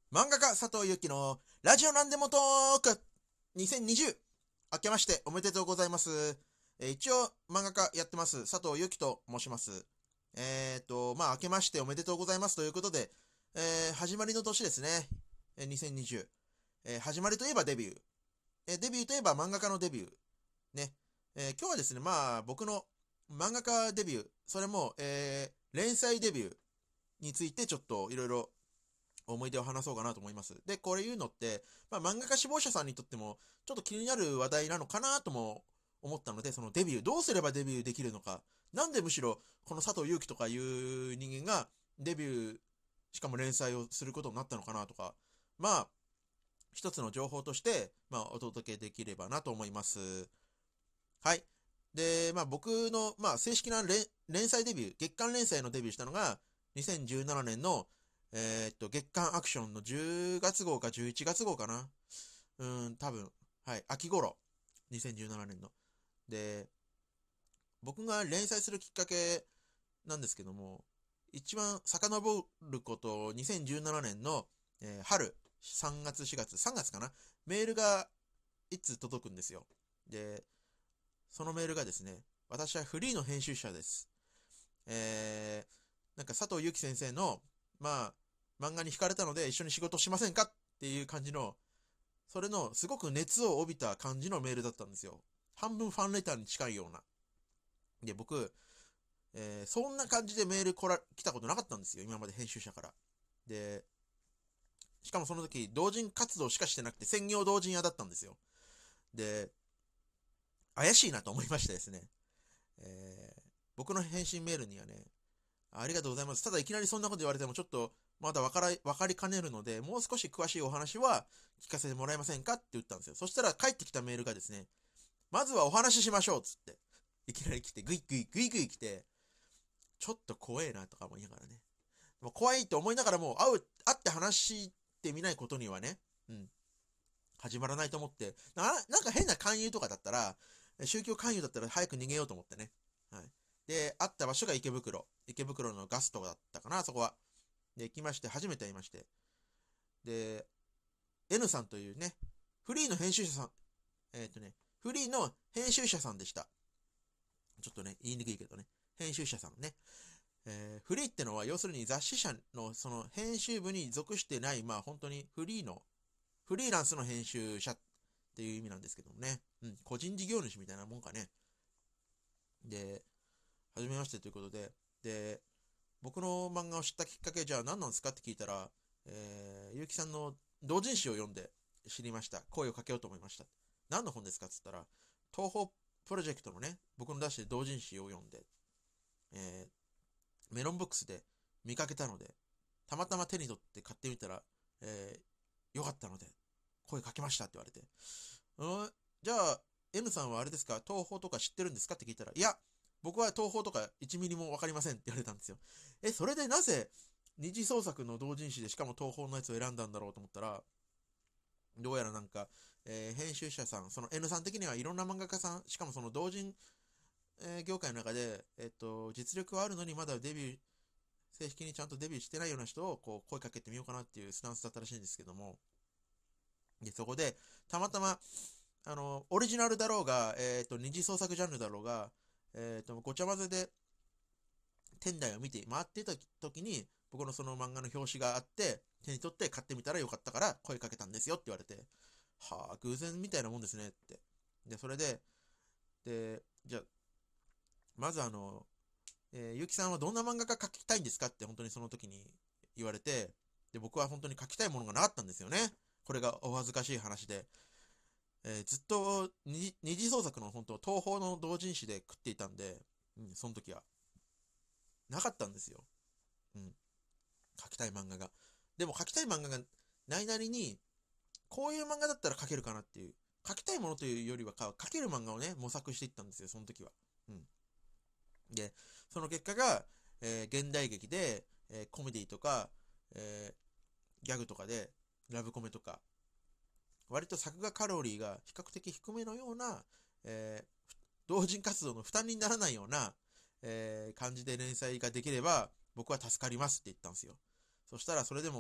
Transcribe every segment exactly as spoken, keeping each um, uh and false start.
漫画家佐藤由紀のラジオなんでもトークにせんにじゅう明けましておめでとうございます。えー一応漫画家やってます佐藤由紀と申します。えーっとまあ明けましておめでとうございますということで、えー始まりの年ですね。えーにせんにじゅう、えー始まりといえばデビュー、えーデビューといえば漫画家のデビューね。えー今日はですね、まあ僕の漫画家デビュー、それも、えー連載デビューについてちょっといろいろ思い出を話そうかなと思います。で、これ言うのって、まあ、漫画家志望者さんにとっても、ちょっと気になる話題なのかなとも思ったので、そのデビュー、どうすればデビューできるのか、なんでむしろ、この佐藤悠基とかいう人間がデビュー、しかも連載をすることになったのかなとか、まあ、一つの情報として、まあ、お届けできればなと思います。はい。で、まあ、僕の、まあ、正式な連連載デビュー、月刊連載のデビューしたのが、にせんじゅうななねんの、えーっと、月刊アクションのじゅうがつ号かじゅういちがつ号かな。うーん、多分、はい、秋頃、にせんじゅうななねんの。で、僕が連載するきっかけなんですけども、一番遡ること、にせんじゅうななねんの、えー春、さんがつ、しがつ、さんがつかな、メールがいつ届くんですよ。で、そのメールがですね、私はフリーの編集者です。えー、なんか佐藤由紀先生の、まあ、漫画に惹かれたので一緒に仕事しませんかっていう感じの、それのすごく熱を帯びた感じのメールだったんですよ。半分ファンレターに近いような。で、僕、えーそんな感じでメール来ら来たことなかったんですよ、今まで編集者から。で、しかもその時、同人活動しかしてなくて、専業同人屋だったんですよ。で、怪しいなと思いましてですね。えー僕の返信メールにはね、ありがとうございます。ただいきなりそんなこと言われてもちょっとまだわからわかりかねるので、もう少し詳しいお話は聞かせてもらえませんかって言ったんですよ。そしたら帰ってきたメールがですね、まずはお話ししましょうっつって、いきなり来て、グイグイグイグイ来て、ちょっと怖えなとか思いながらね。もう怖いと思いながらも、会う、会って話してみないことにはね、うん、始まらないと思って、な、なんか変な勧誘とかだったら、宗教勧誘だったら早く逃げようと思ってね。はい。で、会った場所が池袋。池袋のガストだったかな、そこは。で、行きまして、初めて会いまして。で、N さんというね、フリーの編集者さん、えっ、ー、とね、フリーの編集者さんでした。ちょっとね、言いにくいけどね、編集者さんね。えー、フリーってのは、要するに雑誌社のその編集部に属してない、まあ本当にフリーの、フリーランスの編集者っていう意味なんですけどもね。うん、個人事業主みたいなもんかね。で、はじめましてということで、で、僕の漫画を知ったきっかけ、じゃあ何なんですかって聞いたら、えー、ゆうきさんの同人誌を読んで知りました。声をかけようと思いました。何の本ですかって言ったら、東宝プロジェクトのね、僕の出して同人誌を読んで、えー、メロンボックスで見かけたので、たまたま手に取って買ってみたら、えー、よかったので、声かけましたって言われて、うんじゃあ、N さんはあれですか、東宝とか知ってるんですかって聞いたら、いや、僕は東宝とかいちミリもわかりませんって言われたんですよ。え、それでなぜ二次創作の同人誌でしかも東宝のやつを選んだんだろうと思ったら、どうやらなんか、えー編集者さん、その N さん的にはいろんな漫画家さん、しかもその同人、えー業界の中で、えっと、実力はあるのにまだデビュー、正式にちゃんとデビューしてないような人をこう声かけてみようかなっていうスタンスだったらしいんですけども、で、そこで、たまたま、あの、オリジナルだろうが、えっと、二次創作ジャンルだろうが、えっと、ごちゃ混ぜで店内を見て回っていた時に、僕のその漫画の表紙があって、手に取って買ってみたらよかったから声かけたんですよって言われて、はあ、偶然みたいなもんですねって。で、それで、で、じゃあ、まずあの、えー、ゆうきさんはどんな漫画が描きたいんですかって本当にその時に言われて、で、僕は本当に描きたいものがなかったんですよね。これがお恥ずかしい話で。えーずっと二二次創作の本当、東宝の同人誌で食っていたんで、うん、その時は。なかったんですよ。うん。描きたい漫画が。でも描きたい漫画がないなりに、こういう漫画だったら描けるかなっていう、描きたいものというよりはか、描ける漫画をね、模索していったんですよ、その時は。うん。で、その結果が、えー現代劇で、えーコメディとか、えーギャグとかで、ラブコメとか、割と作画カロリーが比較的低めのような、えー同人活動の負担にならないような、えー感じで連載ができれば、僕は助かりますって言ったんですよ。そしたら、それでも、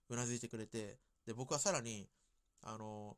うなずいてくれて、で、僕はさらに、あの、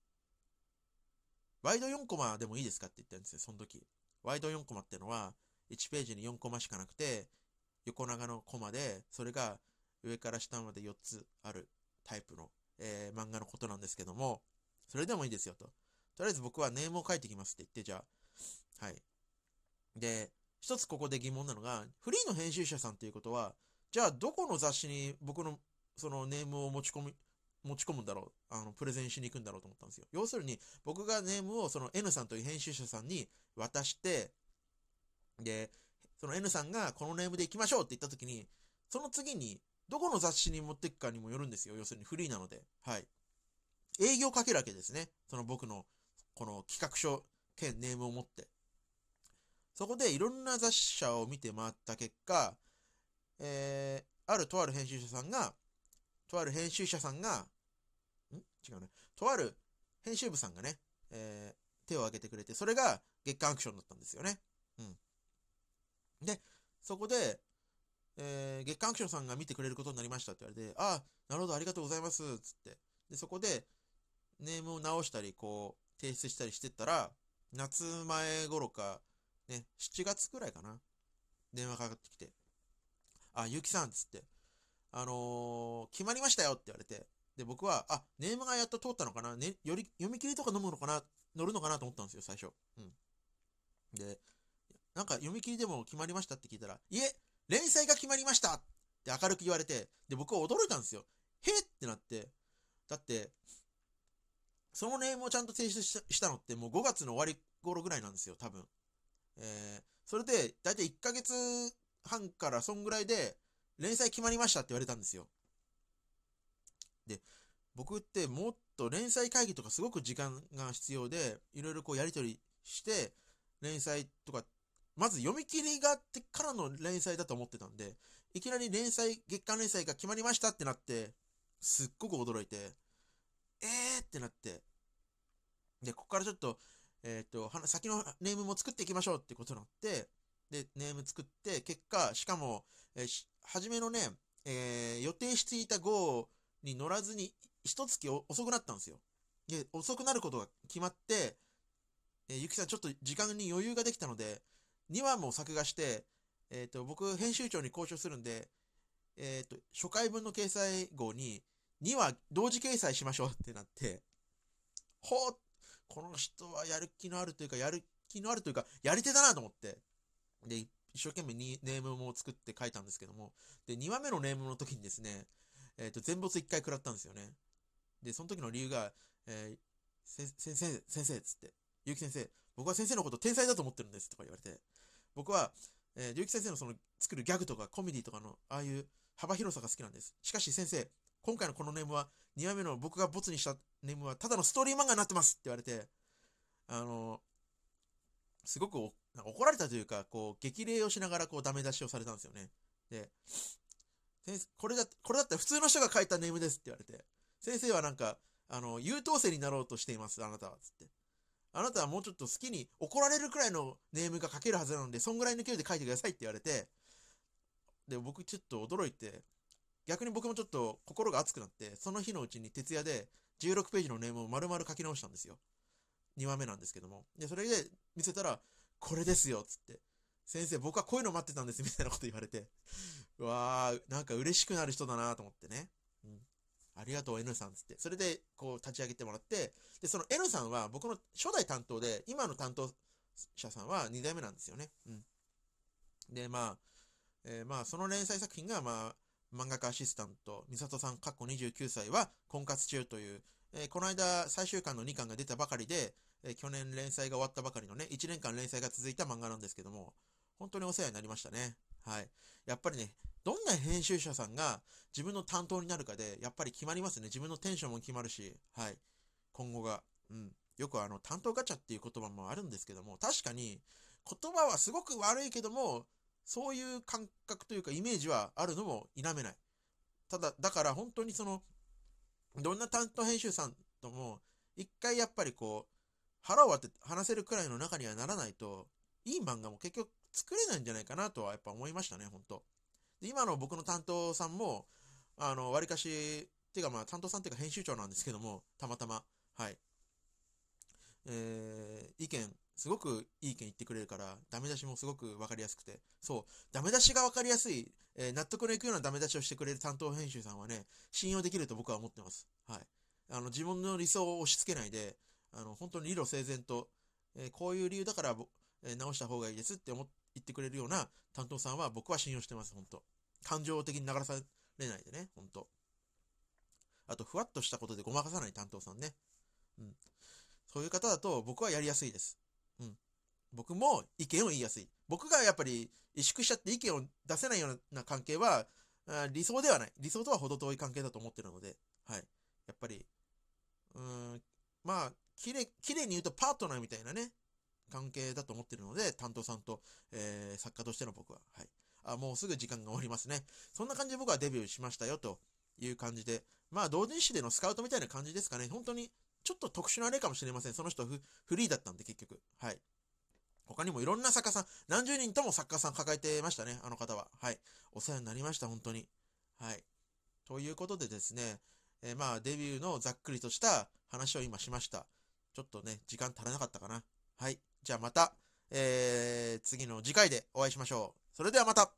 ワイドよんコマでもいいですかって言ったんですよ、その時。ワイドよんコマってのは、いちページによんコマしかなくて、横長のコマで、それが上から下までよっつあるタイプの、えー漫画のことなんですけども、それでもいいですよと。とりあえず僕はネームを書いてきますって言って、じゃあ、はい。で、一つここで疑問なのが、フリーの編集者さんっていうことは、じゃあどこの雑誌に僕のそのネームを持ち込み、持ち込むんだろう、あの、プレゼンしに行くんだろうと思ったんですよ。要するに、僕がネームをその N さんという編集者さんに渡して、で、その N さんがこのネームで行きましょうって言った時に、その次に、どこの雑誌に持っていくかにもよるんですよ。要するにフリーなので。はい。営業かけるわけですね。その僕の、この企画書兼ネームを持って。そこでいろんな雑誌社を見て回った結果、えー、あるとある編集者さんが、とある編集者さんが、ん違うね。とある編集部さんがね、えー、手を挙げてくれて、それが月刊アクションだったんですよね。うん。で、そこで、えー、月刊アクションさんが見てくれることになりましたって言われて、ああ、なるほど、ありがとうございます、つって。で、そこで、ネームを直したり、こう、提出したりしてったら、夏前頃か、ね、しちがつくらいかな。電話かかってきて、あ、ゆうきさん、つって、あのー決まりましたよって言われて、で、僕は、あ、ネームがやっと通ったのかな、ね、より、読み切りとか飲むのかな、乗るのかなと思ったんですよ、最初。うん。で、なんか読み切りでも決まりましたって聞いたら、いえ、連載が決まりましたって明るく言われて、で、僕は驚いたんですよ。へってなって、だって、そのネームをちゃんと提出したのってもうごがつの終わり頃ぐらいなんですよ、多分。えー、それで、だいたいいっかげつはんからそんぐらいで、連載決まりましたって言われたんですよ。で、僕ってもっと連載会議とかすごく時間が必要で、いろいろこうやり取りして、連載とか、まず読み切りがあってからの連載だと思ってたんで、いきなり連載、月間連載が決まりましたってなって、すっごく驚いて、えーってなって、で、ここからちょっと、えっ、と、先のネームも作っていきましょうってことになって、で、ネーム作って、結果、しかも、えーし初めのね、えー予定していた号に乗らずに、一月遅くなったんですよ。で、遅くなることが決まって、えーゆきさんちょっと時間に余裕ができたので、にわも作画して、えっ、と、僕、編集長に交渉するんで、えっ、と、初回分の掲載号ににわ同時掲載しましょうってなって、ほー、この人はやる気のあるというか、やる気のあるというか、やり手だなと思って、で、一生懸命にネームも作って書いたんですけども、で、にわめのネームの時にですね、えっ、と、全没いっかい食らったんですよね。で、その時の理由が、えー、先生、先生、つって、ゆうき先生、僕は先生のこと天才だと思ってるんですとか言われて、僕は、えー、ゆうき先生のその作るギャグとかコメディとかの、ああいう幅広さが好きなんです。しかし先生、今回のこのネームは、にわめの僕がボツにしたネームは、ただのストーリー漫画になってますって言われて、あのー、すごくなんか怒られたというか、こう、激励をしながらこう、ダメ出しをされたんですよね。で、先生、これだ、これだったら普通の人が書いたネームですって言われて、先生はなんか、あの、優等生になろうとしています、あなたは、つって。あなたはもうちょっと好きに怒られるくらいのネームが書けるはずなので、そんぐらいの勢いで書いてくださいって言われて、で、僕ちょっと驚いて、逆に僕もちょっと心が熱くなって、その日のうちに徹夜でじゅうろくページのネームを丸々書き直したんですよ。にわめなんですけども。で、それで見せたら、これですよ、つって。先生、僕はこういうの待ってたんです、みたいなこと言われて。うわー、なんか嬉しくなる人だなと思ってね。うん。ありがとう N さんつって。それで、こう立ち上げてもらって、で、その N さんは僕の初代担当で、今の担当者さんはにだいめなんですよね。うん。で、まあ、えーまあ、その連載作品が、まあ、漫画家アシスタント、みさとさん、かっこにじゅうきゅうさいは婚活中という、えーこの間最終巻のにかんが出たばかりで、えー去年連載が終わったばかりのね、いちねんかん連載が続いた漫画なんですけども、本当にお世話になりましたね。はい。やっぱりね、どんな編集者さんが自分の担当になるかで、やっぱり決まりますね。自分のテンションも決まるし、はい。今後が。うん。よくあの、担当ガチャっていう言葉もあるんですけども、確かに、言葉はすごく悪いけども、そういう感覚というかイメージはあるのも否めない。ただ、だから本当にその、どんな担当編集さんとも、一回やっぱりこう、腹を割って話せるくらいの中にはならないと、いい漫画も結局作れないんじゃないかなとはやっぱ思いましたね、本当で、今の僕の担当さんも、あの、わりかし、 ていうかまあ担当さんっていうか編集長なんですけども、たまたま。はい。えー、意見、すごくいい意見言ってくれるから、ダメ出しもすごくわかりやすくて、そう、ダメ出しがわかりやすい、えー、納得のいくようなダメ出しをしてくれる担当編集さんはね、信用できると僕は思ってます。はい。あの、自分の理想を押し付けないで、あの、本当に理路整然と、えー、こういう理由だから、えー、直した方がいいですって思言ってくれるような担当さんは僕は信用してます、本当。感情的に流されないでね、本当。あと、ふわっとしたことでごまかさない担当さんね。うん。そういう方だと僕はやりやすいです。うん。僕も意見を言いやすい。僕がやっぱり萎縮しちゃって意見を出せないような関係は、あ理想ではない。理想とは程遠い関係だと思ってるので、はい。やっぱり、うーん、まあ、きれい、きれいに言うとパートナーみたいなね、関係だと思ってるので、担当さんと、えー、作家としての僕は。はい。あ、もうすぐ時間が終わりますね。そんな感じで僕はデビューしましたよ、という感じで。まあ、同人誌でのスカウトみたいな感じですかね。本当に、ちょっと特殊な例かもしれません。その人フ、フリーだったんで、結局。はい。他にもいろんな作家さん、何十人とも作家さん抱えてましたね、あの方は。はい。お世話になりました、本当に。はい。ということでですね、えーまあ、デビューのざっくりとした話を今しました。ちょっとね、時間足らなかったかな。はい。じゃあまた、えー、次の次回でお会いしましょう。それではまた。